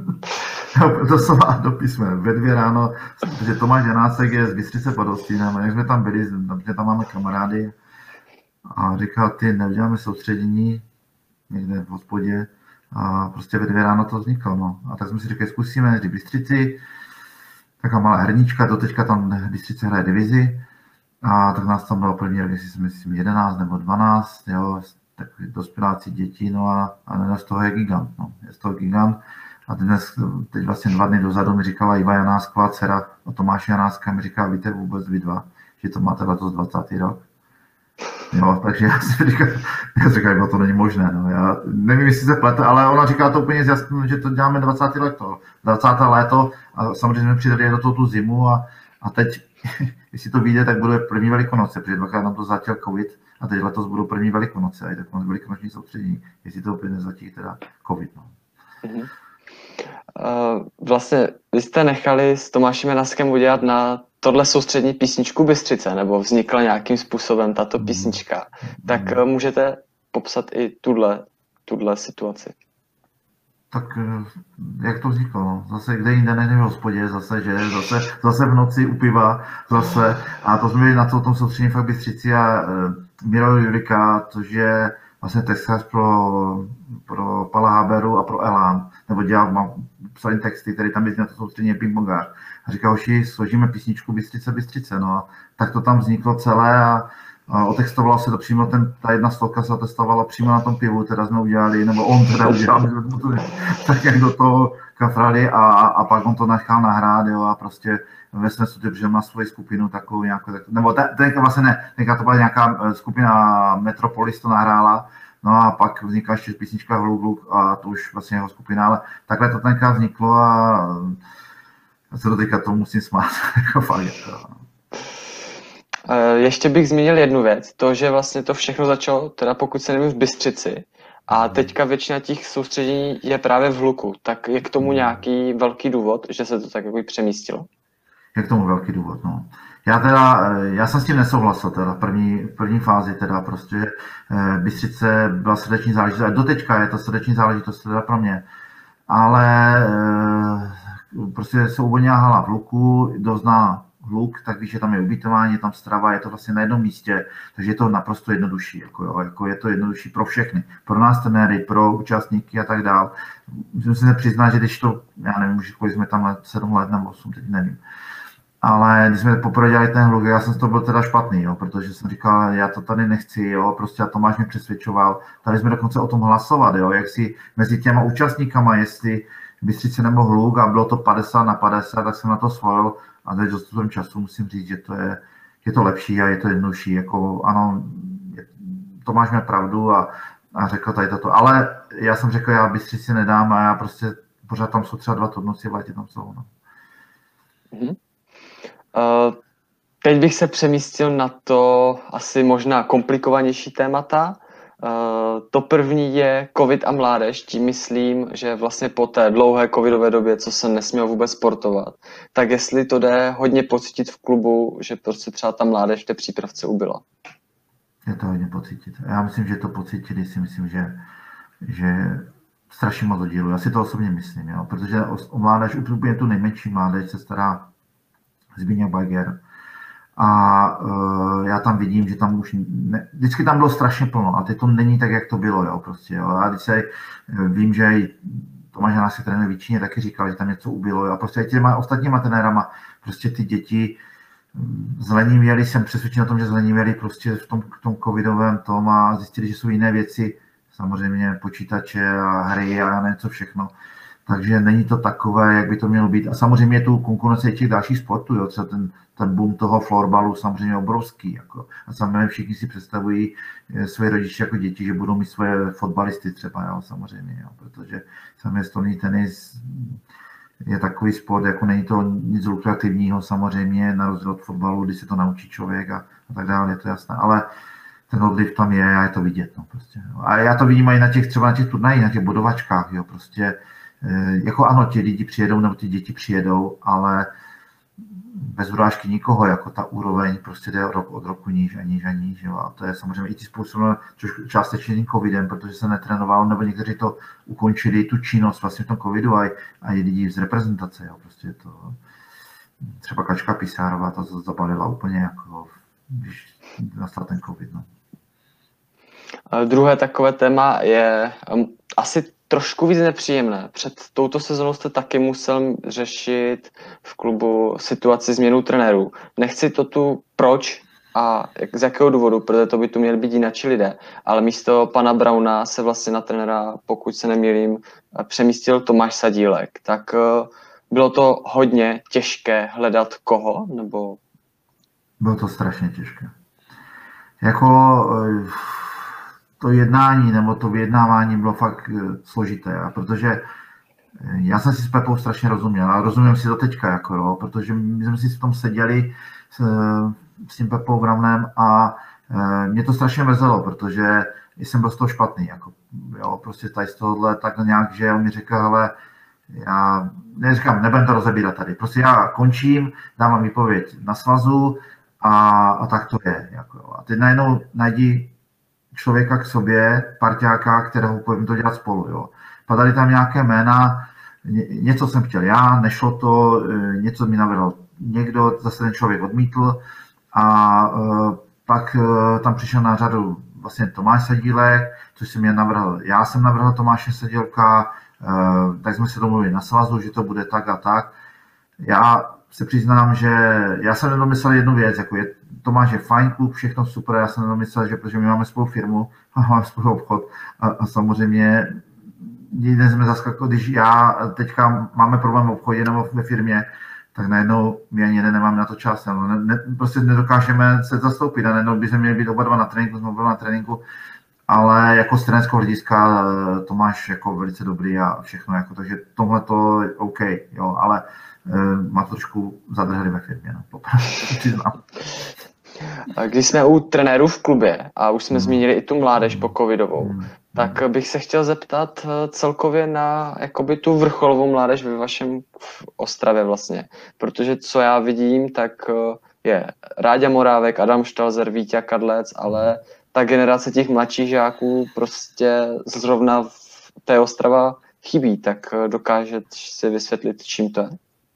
To jsou do písme. Ve dvě ráno, protože Tomáš Janácek je z Bystřice pod Hostýnem a jak jsme tam byli, protože tam máme kamarády a říkal, ty neuděláme soustředění někde v hospodě a prostě ve dvě ráno to vzniklo, no. A tak jsme si říkali, zkusíme nejdřív Bystřici, taková malá hernička, doteďka tam Bystřice hraje divizi a tak nás tam bylo první rok, jestli si myslím jedenáct nebo dvanáct, jo, takový dospěláci dětí, no a, a z toho je gigant, no, je z toho gigant. A dnes, teď vlastně dva dny dozadu mi říkala Iva Janásková, dcera o Tomáše Janáska, mi říká, víte vůbec vy dva, že to máte letos dvacátý rok. Jo, takže já si říkám, já říkám, že to není možné, no, já nevím, jestli se plete, ale ona říká to úplně jasně, že to děláme dvacáté léto, dvacáté léto a samozřejmě jsme přidali do toho tu zimu a, a teď, jestli to vyjde, tak bude první Velikonoce, protože dvakrát nám to zatěl covid a teď letos budou první Velikonoce a i tak máme velikonoční soustředění, jestli to opět nezatí teda covid, no. Mm-hmm. Uh, vlastně vy jste nechali s Tomášem Janáskem udělat na tohle soustřední písničku Bystřice, nebo vznikla nějakým způsobem tato písnička. Mm. Tak uh, můžete popsat i tuhle, tuhle situaci. Tak jak to vzniklo? No? Zase kde jinde než v hospodě, zase, že? Zase, zase v noci u piva, zase. A to jsme měli na to, tom soustřední fakt Bystřici a uh, Miro Jurika, což je vlastně textař pro, pro Pala Haberu a pro Elán, nebo dělal, mám psaný texty, který tam jezdí na to soustřední pingpongář. A říkal, hoši, složíme písničku Bystřice, Bystřice, no a tak to tam vzniklo celé a, a otextovalo se to přímo, ten, ta jedna sloka se otestovala přímo na tom pivu, teda jsme udělali, nebo on teda udělal, my jsme to tak jak do toho kafrali a, a pak on to nechal nahrát, jo, a prostě ve smyslu, že má svoji skupinu takovou nějakou, tak, nebo tenka vlastně ne, tenka to byla nějaká skupina Metropolis to nahrála, no a pak vznikla ještě písnička Hluk Hluk a to už vlastně jeho skupina, ale takhle to tenka vzniklo a já se do teďka tomu musím smát, jako fakt. Ještě bych zmínil jednu věc, to, že vlastně to všechno začalo, teda pokud se nevím, v Bystřici a teďka většina těch soustředění je právě v Hluku, tak je k tomu nějaký velký důvod, že se to tak jako přemístilo? Je k tomu velký důvod, no. Já teda, já jsem s tím nesouhlasil teda v první, v první fázi teda prostě Bystřice byla srdeční záležitost a doteďka je to srdeční záležitost teda pro mě. ale e, prostě se uvolnila hala v Luku, dozná Hluk, tak víš, že tam je ubytování, je tam strava, je to vlastně na jednom místě, takže je to naprosto jednodušší, jako, jo, jako je to jednodušší pro všechny, pro nás trenéry, pro účastníky a tak dál. Musím se přiznat, že když to, já nevím, už kolik jsme tam sedm let nebo osm, teď nevím, ale když jsme poprvé dělali ten Hluk, já jsem z toho byl teda špatný, jo, protože jsem říkal, já to tady nechci, jo, prostě a Tomáš mě přesvědčoval, tady jsme dokonce o tom hlasovat, jo, jak si mezi těma účastníkama, jestli Bystřice nebo Hluk a bylo to padesát na padesát, tak jsem na to svojil. A teď dostupem času musím říct, že to je, je to lepší a je to jednodušší. Jako, ano, Tomáš měl pravdu a, a řekl tady toto. Ale já jsem řekl, já Bystřici nedám a já prostě pořád tam jsou třeba dva turnusy, v létě tam jsou. No. Mm-hmm. Uh, teď bych se přemístil na to asi možná komplikovanější témata. Uh, to první je covid a mládež, tím myslím, že vlastně po té dlouhé covidové době, co jsem nesměl vůbec sportovat, tak jestli to jde hodně pocítit v klubu, že prostě třeba ta mládež v té přípravce ubyla. Je to hodně pocítit. Já myslím, že to pocítili, si myslím, že, že strašně moc oddílu. Já si to osobně myslím, jo? Protože o, o mládež, úplně tu nejmenší mládež se stará Zbigněk Bajger. A uh, já tam vidím, že tam už, ne, vždycky tam bylo strašně plno a teď to není tak, jak to bylo, jo, prostě, jo. A když se, vím, že i Tomáš Hanásek trenér Víčíně taky říkal, že tam něco ubylo, jo. A prostě těma ostatníma trenérama, prostě ty děti zlenivěli, jsem přesvědčen o tom, že zlenivěli prostě v tom, v tom covidovém tom a zjistili, že jsou jiné věci, samozřejmě počítače a hry a něco všechno. Takže není to takové, jak by to mělo být. A samozřejmě je tu konkurence těch dalších sportů, jo. Třeba ten, ten boom toho florbalu samozřejmě obrovský. Jako. A samozřejmě všichni si představují své rodiče jako děti, že budou mít svoje fotbalisty třeba, jo, samozřejmě. Jo. Protože samozřejmě stolní tenis je takový sport, jako není to nic lukrativního samozřejmě, na rozdíl od fotbalu, když se to naučí člověk a, a tak dále, je to jasné. Ale ten odliv tam je a je to vidět. No, prostě, jo. A já to vidím i na těch, třeba na těch turnajích, na těch bodovačkách, jo, prostě jako ano, ti lidi přijedou, nebo ty děti přijedou, ale bez urážky nikoho, jako ta úroveň prostě jde rok od roku níž a níž a níž, jo. A to je samozřejmě i tím způsobem, což částečně tím covidem, protože se netrénovalo, nebo někteří to ukončili, tu činnost vlastně v tom covidu a, a i lidi z reprezentace, jo. Prostě to, třeba Kačka Pisárová to zabalila úplně jako, když nastal ten covid, no. A druhé takové téma je um, asi trošku víc nepříjemné. Před touto sezónou jste taky musel řešit v klubu situaci změnu trenérů. Nechci to tu proč a z jakého důvodu, protože to by tu měli být jináči lidé, ale místo pana Brauna se vlastně na trenéra, pokud se nemýlím, přemístil Tomáš Sadílek. Tak bylo to hodně těžké hledat koho, nebo? Bylo to strašně těžké. Jako to jednání nebo to vyjednávání bylo fakt složité, protože já jsem si s Pepou strašně rozuměl a rozumím si to teďka, jako jo, protože my jsme si v tom seděli s, s tím Pepou Braunem a e, mě to strašně mrzelo, protože jsem byl z toho špatný, jako jo, prostě tady z tohohle tak nějak, že on mi řekl, hele, já neříkám, nebudem to rozebírat tady, prostě já končím, dávám výpověď na svazu a, a tak to je, jako jo. A teď najednou najdi člověka k sobě, parťáka, kterého pojďme to dělat spolu. Jo. Padaly tam nějaké jména, něco jsem chtěl já, nešlo to, něco mi navrhl někdo, zase ten člověk odmítl a uh, pak uh, tam přišel na řadu vlastně Tomáš Sadílek, což jsem je navrhl. Já jsem navrhl Tomáše Sadílka, uh, tak jsme se domluvili na svazu, že to bude tak a tak. Já se přiznám, že já jsem nedomyslel jednu věc, jako je, Tomáš je fajn klub, všechno super, já jsem nedomyslel, že protože my máme spolu firmu a máme spolu obchod a, a samozřejmě nikdy jsme zaskakali, když já teďka máme problém v obchodě nebo ve firmě, tak najednou my ani jeden nemáme na to čas, no, ne, ne, prostě nedokážeme se zastoupit a najednou bychom měli být oba dva na tréninku, jsme byli na tréninku, ale jako z trenerského hlediska Tomáš jako velice dobrý a všechno, jako, takže tohle to je OK, jo, ale má trošku zadrheli ve firmě, no, popravdě, přiznám. Když jsme u trenérů v klubě a už jsme hmm. zmínili i tu mládež po covidovou, hmm. tak bych se chtěl zeptat celkově na jakoby tu vrcholovou mládež ve vašem v Ostravě vlastně, protože co já vidím, tak je Ráďa Morávek, Adam Štalzer, Víťa Kadlec, ale ta generace těch mladších žáků prostě zrovna v té Ostrava chybí, tak dokážeš si vysvětlit, čím to je?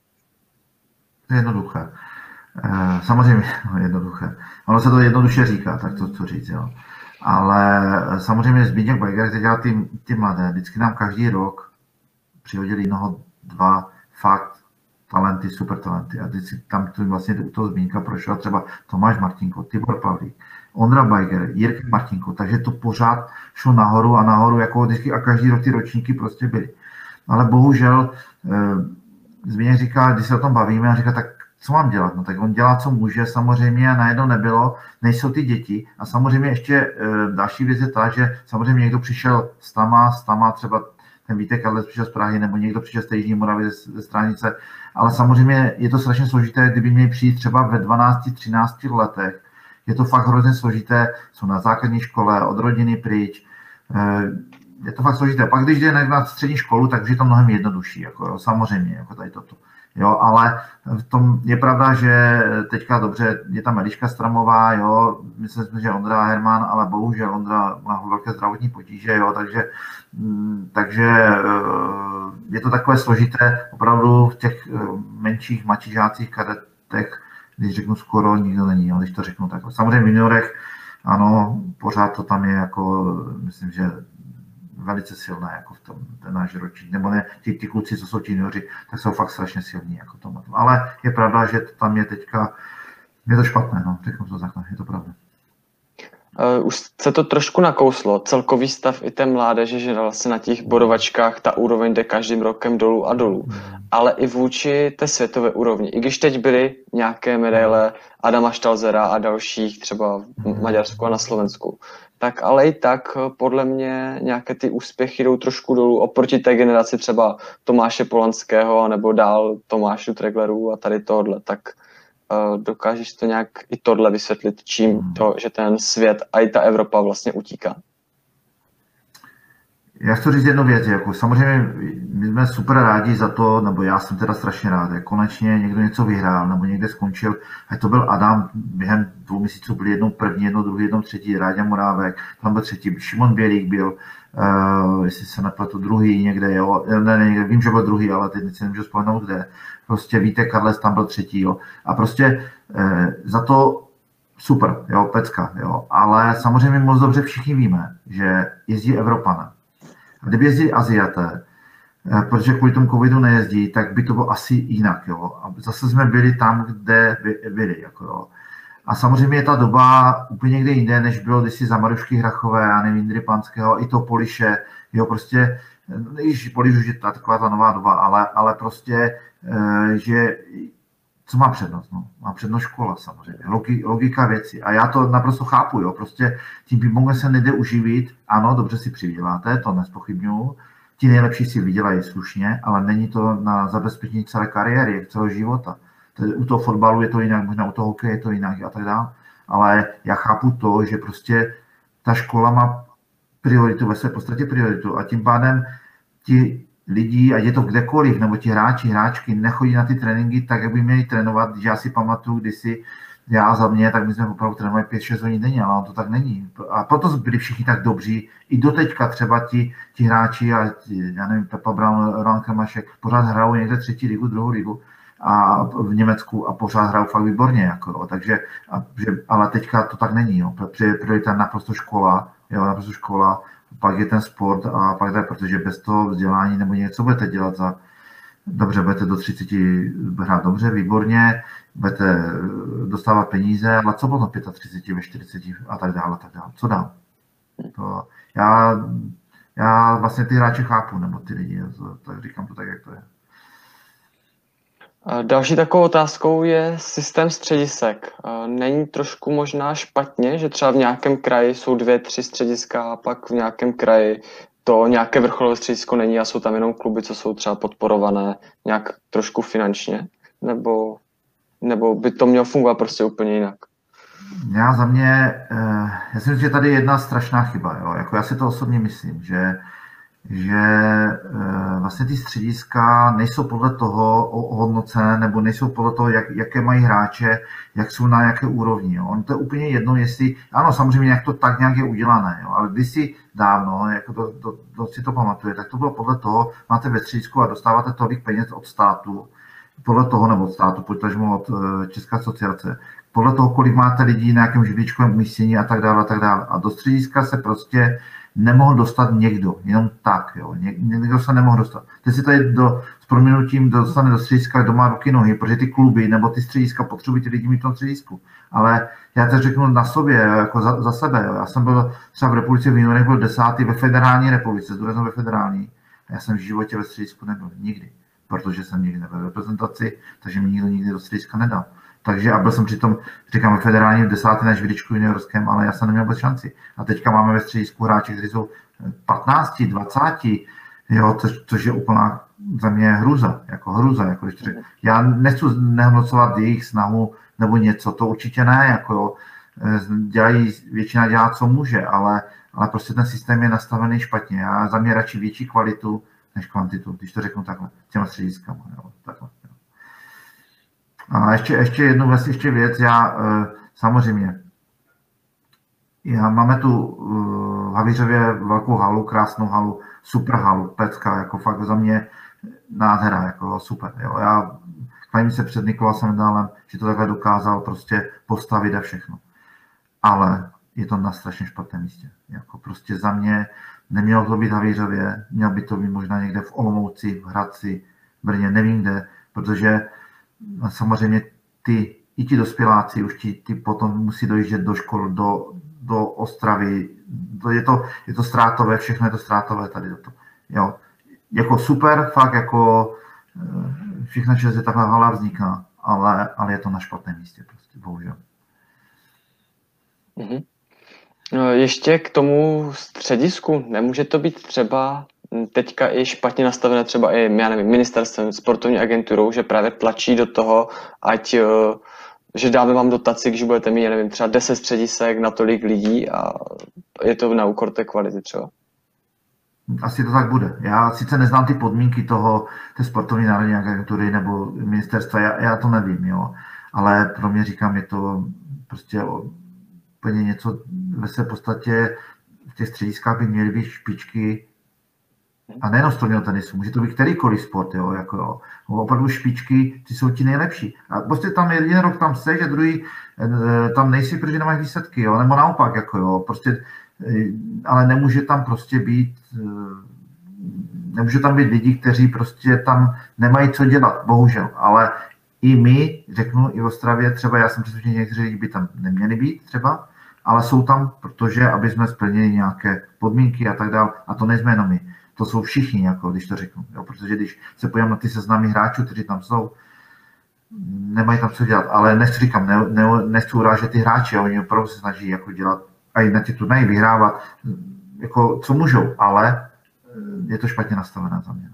To je jednoduché. Samozřejmě, no jednoduché. Ono se to jednoduše říká, tak to co říct, jo. Ale samozřejmě Zbigněk Bajger, teď dělá ty, ty mladé, vždycky nám každý rok přihodili jednoho, dva fakt talenty, super talenty. A vždycky tam to vlastně u toho Zbigněka prošel třeba Tomáš Martinko, Tibor Pavlík, Ondra Bajger, Jirka Martinko, takže to pořád šlo nahoru a nahoru, jako vždycky a každý rok ty ročníky prostě byly. Ale bohužel Zbigněk říká, když se o tom bavíme, a říká, tak co mám dělat? No tak on dělá, co může, samozřejmě a najednou nebylo, nejsou ty děti a samozřejmě ještě e, další věc je ta, že samozřejmě někdo přišel s tama, s tama třeba ten Vítek Kadlec přišel z Prahy, nebo někdo přišel z té Jižní Moravy ze, ze Stránice, ale samozřejmě je to strašně složité, kdyby měli přijít třeba ve dvanácti třinácti letech, je to fakt hrozně složité, jsou na základní škole, od rodiny pryč, e, je to fakt složité. Pak když jde na střední školu, tak už je to mnohem jednodušší, jako jo, samozřejmě, jako tady toto. Jo, ale v tom je pravda, že teďka dobře, je tam Eliška Stramová, jo, myslím si, že Ondra Herman, ale bohužel Ondra má velké zdravotní potíže, jo, takže, takže je to takové složité, opravdu v těch menších mačižácích kadetech, když řeknu skoro, nikdo není, jo, když to řeknu tak. Samozřejmě v juniorech, ano, pořád to tam je jako, myslím, že velice silné, jako v tom ten náš ročník, nebo ne, ti, ti kluci, co jsou ti junioři, tak jsou fakt strašně silní, jako tom. Ale je pravda, že to tam je teďka, je to špatné, no, řeknu to takhle, je to pravda. Uh, už se to trošku nakouslo, celkový stav i té mládeže, že vlastně na těch bodovačkách ta úroveň jde každým rokem dolů a dolů, hmm. ale i vůči té světové úrovni. I když teď byly nějaké medaile Adama Štalzera a dalších třeba v Maďarsku a na Slovensku, tak ale i tak podle mě nějaké ty úspěchy jdou trošku dolů oproti té generaci třeba Tomáše Polanského nebo dál Tomášu Treglerů a tady tohle, tak uh, dokážeš to nějak i tohle vysvětlit, čím to, že ten svět a i ta Evropa vlastně utíká? Já chci říct jednu věc, jako samozřejmě my jsme super rádi za to, nebo já jsem teda strašně rád, jak konečně někdo něco vyhrál, nebo někde skončil, ať to byl Adam, během dvou měsíců byl jednou první, jednou druhý, jednou třetí, Ráďa Morávek, tam byl třetí, Šimon Bělík byl, uh, jestli se nepletu, druhý někde, jo, ne, ne, vím, že byl druhý, ale teď si nemůžu vzpomenout kde, prostě Vítek Kadlec tam byl třetí, jo, a prostě uh, za to super, jo, pecka, jo, ale samozřejmě moc dobře všichni víme, že jezdí Evropané. A kdyby jezdili Aziaté, protože kvůli tomu covidu nejezdí, tak by to bylo asi jinak. Jo. A zase jsme byli tam, kde byli. Jako, jo. A samozřejmě je ta doba úplně někde jinde, než bylo kdysi za Marušky Hrachové, a nevím, Jindry Panského, i to Poliše. Jo, prostě, když Poliš už je ta, taková ta nová doba, ale, ale prostě, že co má přednost? No? Má přednost škola samozřejmě, Logi, logika věcí. A já to naprosto chápu, jo? Prostě tím pingpongem se nejde uživit, ano, dobře si přivyděláte, to nezpochybňuju, ti nejlepší si vydělají slušně, ale není to na zabezpečení celé kariéry, celého života. Tedy u toho fotbalu je to jinak, možná u toho hokeje je to jinak a tak dále, ale já chápu to, že prostě ta škola má prioritu, ve své podstatě prioritu a tím pádem ti lidí, ať je to kdekoliv, nebo ti hráči, hráčky nechodí na ty tréninky tak, jak by měli trénovat, když já si pamatuju, kdysi já za mě, tak my jsme opravdu trénovali pět šest hodin denně, ale on to tak není. A proto byli všichni tak dobří. I doteďka třeba ti, ti hráči a ti, já nevím, Pepa Brown, Roland Krmašek, pořád hrajou někde třetí ligu, druhou ligu a v Německu a pořád hrajou fakt výborně. Jako, takže, a, že, ale teďka to tak není. Jo. Priorita je naprosto škola, jo, naprosto škola, pak je ten sport a pak je, protože bez toho vzdělání nebo něco budete dělat za dobře, budete do třiceti hrát dobře, výborně, budete dostávat peníze, ale co potom třicet pět, ve čtyřiceti a tak dále, a tak dále. Co dál? To, já, já vlastně ty hráče chápu, nebo ty lidi, to, tak říkám to tak, jak to je. Další takovou otázkou je systém středisek. Není trošku možná špatně, že třeba v nějakém kraji jsou dvě, tři střediska a pak v nějakém kraji to nějaké vrcholové středisko není a jsou tam jenom kluby, co jsou třeba podporované nějak trošku finančně? Nebo, nebo by to mělo fungovat prostě úplně jinak? Já za mě, já si myslím, že tady je jedna strašná chyba. Jo? Jako já si to osobně myslím, že že e, vlastně ty střediska nejsou podle toho ohodnocené, nebo nejsou podle toho, jak, jaké mají hráče, jak jsou na jaké úrovni. Jo. On to je úplně jedno, jestli, ano, samozřejmě jak to tak nějak je udělané, jo, ale když si dávno, jako to, to, to si to pamatuje, tak to bylo podle toho, máte ve středisku a dostáváte tolik peněz od státu, podle toho, nebo od státu, potažmo od e, České asociace, podle toho, kolik máte lidí na jakém živličkovém umístění a tak dále, a tak dále. A do střediska se prostě nemohl dostat někdo, jenom tak, jo. Ně, někdo se nemohl dostat. Teď si tady do, s proměnutím dostane do střediska, kdo má ruky, nohy, protože ty kluby nebo ty střediska potřebují ty lidi mít v tom středisku. Ale já to řeknu na sobě, jako za, za sebe. Jo. Já jsem byl třeba v republice v juniorech, byl desátý ve federální republice, zdůrazně ve federální. A já jsem v životě ve středisku nebyl, nikdy. Protože jsem nikdy nebyl v reprezentaci, takže mi nikdo nikdy do střediska nedal. Takže a byl jsem přitom, říkám, ve federálním desátý na žvidičku juniorském, ale já jsem neměl vůbec šanci. A teďka máme ve středisku hráči, kteří jsou patnáct, dvacet, jo, což, což je úplná za mě hruza, jako hruza, jako když to řek. Já nechci nehodnocovat jejich snahu nebo něco, to určitě ne, jako jo, dělají, většina dělá, co může, ale, ale prostě ten systém je nastavený špatně. Já za mě radši větší kvalitu než kvantitu, když to řeknu takhle, těma střediskama, jo, takhle. A ještě, ještě jednu vlastně ještě věc, já samozřejmě, já máme tu v Havířově velkou halu, krásnou halu, super halu, pecka, jako fakt za mě nádhera, jako super, jo. Já kladím se před Nikolasem Nadálem, že to takhle dokázal prostě postavit a všechno. Ale je to na strašně špatném místě, jako prostě za mě nemělo to být v Havířově, mělo by to být možná někde v Olomouci, v Hradci, v Brně, nevím kde, protože samozřejmě ty, i ti dospěláci už ti, ty potom musí dojíždět do škol, do, do Ostravy, do, je, to, je to ztrátové, všechno je to ztrátové tady. Do to. Jo. Jako super, fakt jako všechna čas je takhle hala vzniká, ale, ale je to na špatném místě prostě, bohužel. Mm-hmm. No, ještě k tomu středisku, nemůže to být třeba teďka i špatně nastavené třeba i, já nevím, ministerstvem, sportovní agenturou, že právě tlačí do toho, ať, že dáme vám dotaci, když budete mít, já nevím, třeba deset středisek na tolik lidí a je to na úkor té kvality třeba. Asi to tak bude. Já sice neznám ty podmínky toho, té sportovní národní agentury nebo ministerstva, já, já to nevím, jo. Ale pro mě říkám, je to prostě úplně něco ve své podstatě v těch střediskách by měly být špičky. A nejenom stolního tenisu, může to být kterýkoliv sport, jo, jako jo. Opravdu špičky, ty jsou ti nejlepší. A prostě tam jeden rok tam seš a druhý tam nejsi, protože nemáš výsledky, jo, nebo naopak, jako jo, prostě, ale nemůže tam prostě být, nemůže tam být lidi, kteří prostě tam nemají co dělat, bohužel, ale i my, řeknu, i v Ostravě, třeba já jsem přesvědčený, že někteří lidi by tam neměli být třeba, ale jsou tam, protože aby jsme splnili nějaké podmínky a tak dále, a to nejsme jenom my. To jsou všichni, jako, když to řeknu. Jo, protože když se podívám na ty seznamy hráčů, kteří tam jsou, nemají tam co dělat. Ale nechci říkám, ne, ne, nechci urážet ty hráči, oni opravdu se snaží jako dělat a i na těch turnajích vyhrávat, jako, co můžou, ale je to špatně nastavené za mě.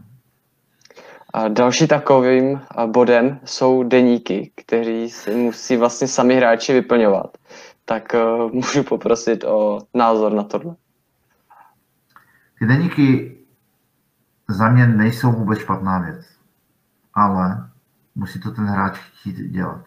A další takovým bodem jsou deníky, kteří si musí vlastně sami hráči vyplňovat. Tak uh, můžu poprosit o názor na tohle. Ty deníky za mě nejsou vůbec špatná věc, ale musí to ten hráč chtít dělat.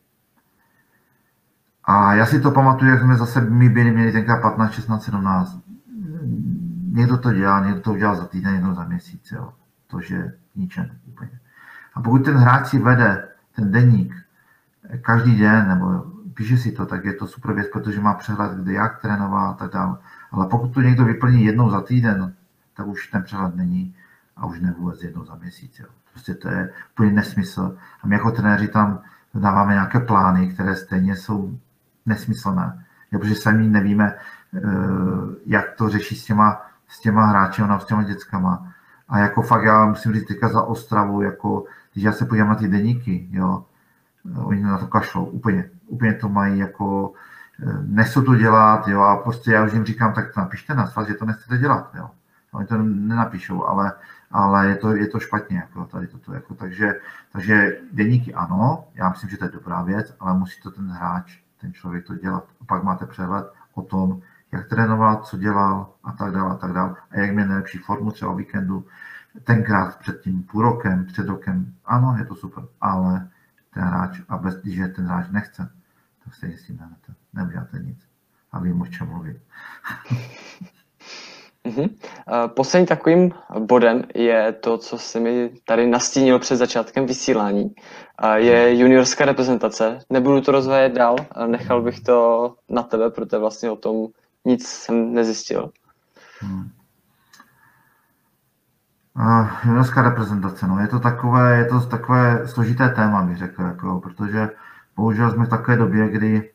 A já si to pamatuju, jak jsme zase my byli, měli tenkrát patnáct, šestnáct, sedmnáct. Někdo to dělá, někdo to udělal za týden, někdo za měsíc, jo. To je ničem úplně. A pokud ten hráč si vede ten deník každý den, nebo píše si to, tak je to super věc, protože má přehled, kde jak trénoval a tak dále. Ale pokud to někdo vyplní jednou za týden, tak už ten přehled není a už ne vůbec jednou za měsíc. Jo. Prostě to je úplně nesmysl. A my jako trenéři tam dáváme nějaké plány, které stejně jsou nesmyslné. Jo, protože sami nevíme, jak to řeší s těma, s těma hráči, s těma dětskama. A jako fakt já musím říct teďka za Ostravu, jako, když já se podívám na ty deníky, jo, oni na to kašlou, úplně, úplně to mají jako, nechcou to dělat, jo, a prostě já už jim říkám, tak napište nás, že to nechcete dělat, jo. Oni to nenapíšou, ale, ale je, to, je to špatně, jako tady toto, jako, takže, takže deníky ano, já myslím, že to je dobrá věc, ale musí to ten hráč, ten člověk to dělat. A pak máte přehled o tom, jak trénoval, co dělal a tak dále a tak dále. A jak měl nejlepší formu třeba o víkendu, tenkrát před tím půl rokem, před rokem, ano, je to super, ale ten hráč, a bez, když je ten hráč nechce, tak stejně s tím nehnete, neuděláte nic. A vím, o čem mluvím. Mm-hmm. Posledním takovým bodem je to, co jsi mi tady nastínil před začátkem vysílání. Je juniorská reprezentace. Nebudu to rozvádět dál, nechal bych to na tebe, protože vlastně o tom nic jsem nezjistil. Hmm. Uh, juniorská reprezentace, no, je to takové, je to takové složité téma, bych řekl, jako, protože bohužel jsme v takové době, kdy,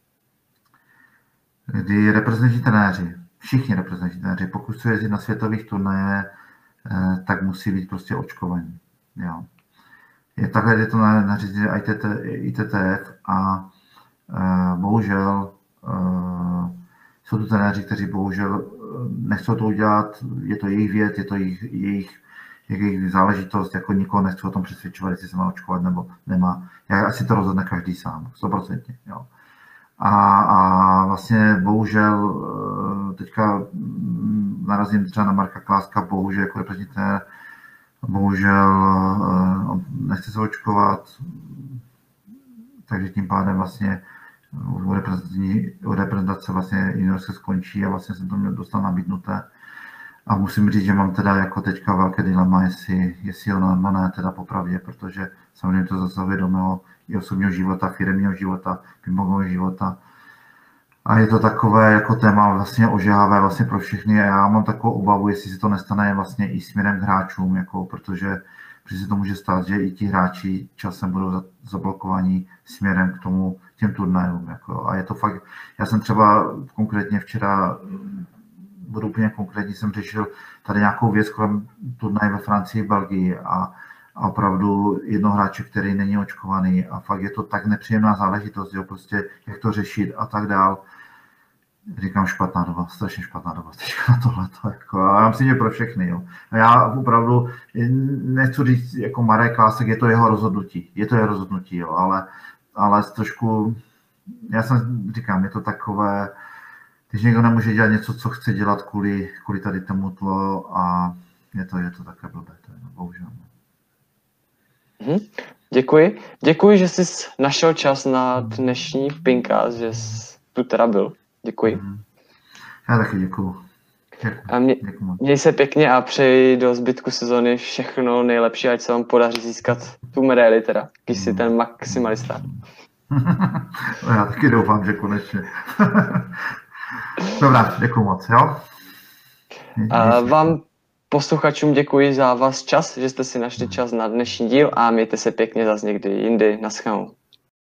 kdy reprezentační trenéři, všichni reprezentační trenéři, pokud chcou jezdit na světových turnaje, eh, tak musí být prostě očkovaní. Jo. Je takhle, je to nařízení I T T F a eh, bohužel eh, jsou to trenéři, kteří bohužel nechcou to udělat, je to jejich věc, je to jejich, jejich, jejich záležitost, jako nikoho nechci o tom přesvědčovat, jestli se má očkovat nebo nemá. Já asi to rozhodne každý sám, stoprocentně. A, a vlastně bohužel teďka narazím třeba na Marka Kláska, bohužel jako reprezentant, bohužel on nechce se očkovat, takže tím pádem vlastně u reprezentace vlastně juniorské skončí a vlastně jsem to měl dostal nabídnuté. A musím říct, že mám teda jako teďka velké dilema, jestli, jestli ono no ne, teda popravdě, protože samozřejmě to zasahuje do mého i osobního života, firemního života, mimo života. A je to takové jako téma vlastně ožehavé vlastně pro všechny a já mám takovou obavu, jestli se to nestane vlastně i směrem k hráčům, jako, protože, protože se to může stát, že i ti hráči časem budou zablokovaní směrem k tomu těm turnajům. Jako. A je to fakt, já jsem třeba konkrétně včera, budu úplně konkrétně, jsem řešil tady nějakou věc kolem turnaje ve Francii, v Belgii a, a opravdu jedno hráče, který není očkovaný a fakt je to tak nepříjemná záležitost, jo, prostě jak to řešit a tak dál. Říkám špatná doba, strašně špatná doba teďka na tohleto, jako, a já myslím, že pro všechny, jo. A já opravdu nechci říct, jako Marek Klásek, je to jeho rozhodnutí, je to jeho rozhodnutí, jo, ale, ale trošku, já jsem, říkám, je to takové, když někdo nemůže dělat něco, co chce dělat kvůli, kvůli tady tomuto a je to, je to také blbé, to je, bohužel. Mhm. Děkuji. Děkuji, že jsi našel čas na dnešní Pinkcast, že jsi tu teda byl. Děkuji. Mhm. Já taky děkuju. Děkuju. A mě, děkuju. měj se pěkně a přeji do zbytku sezóny všechno nejlepší, ať se vám podaří získat tu medaili teda, když jsi ten maximalista. Já taky doufám, že konečně. Dobrá, děkuju moc, jo? A vám posluchačům děkuji za váš čas, že jste si našli čas na dnešní díl a mějte se pěkně zase někdy jindy. Naschledanou.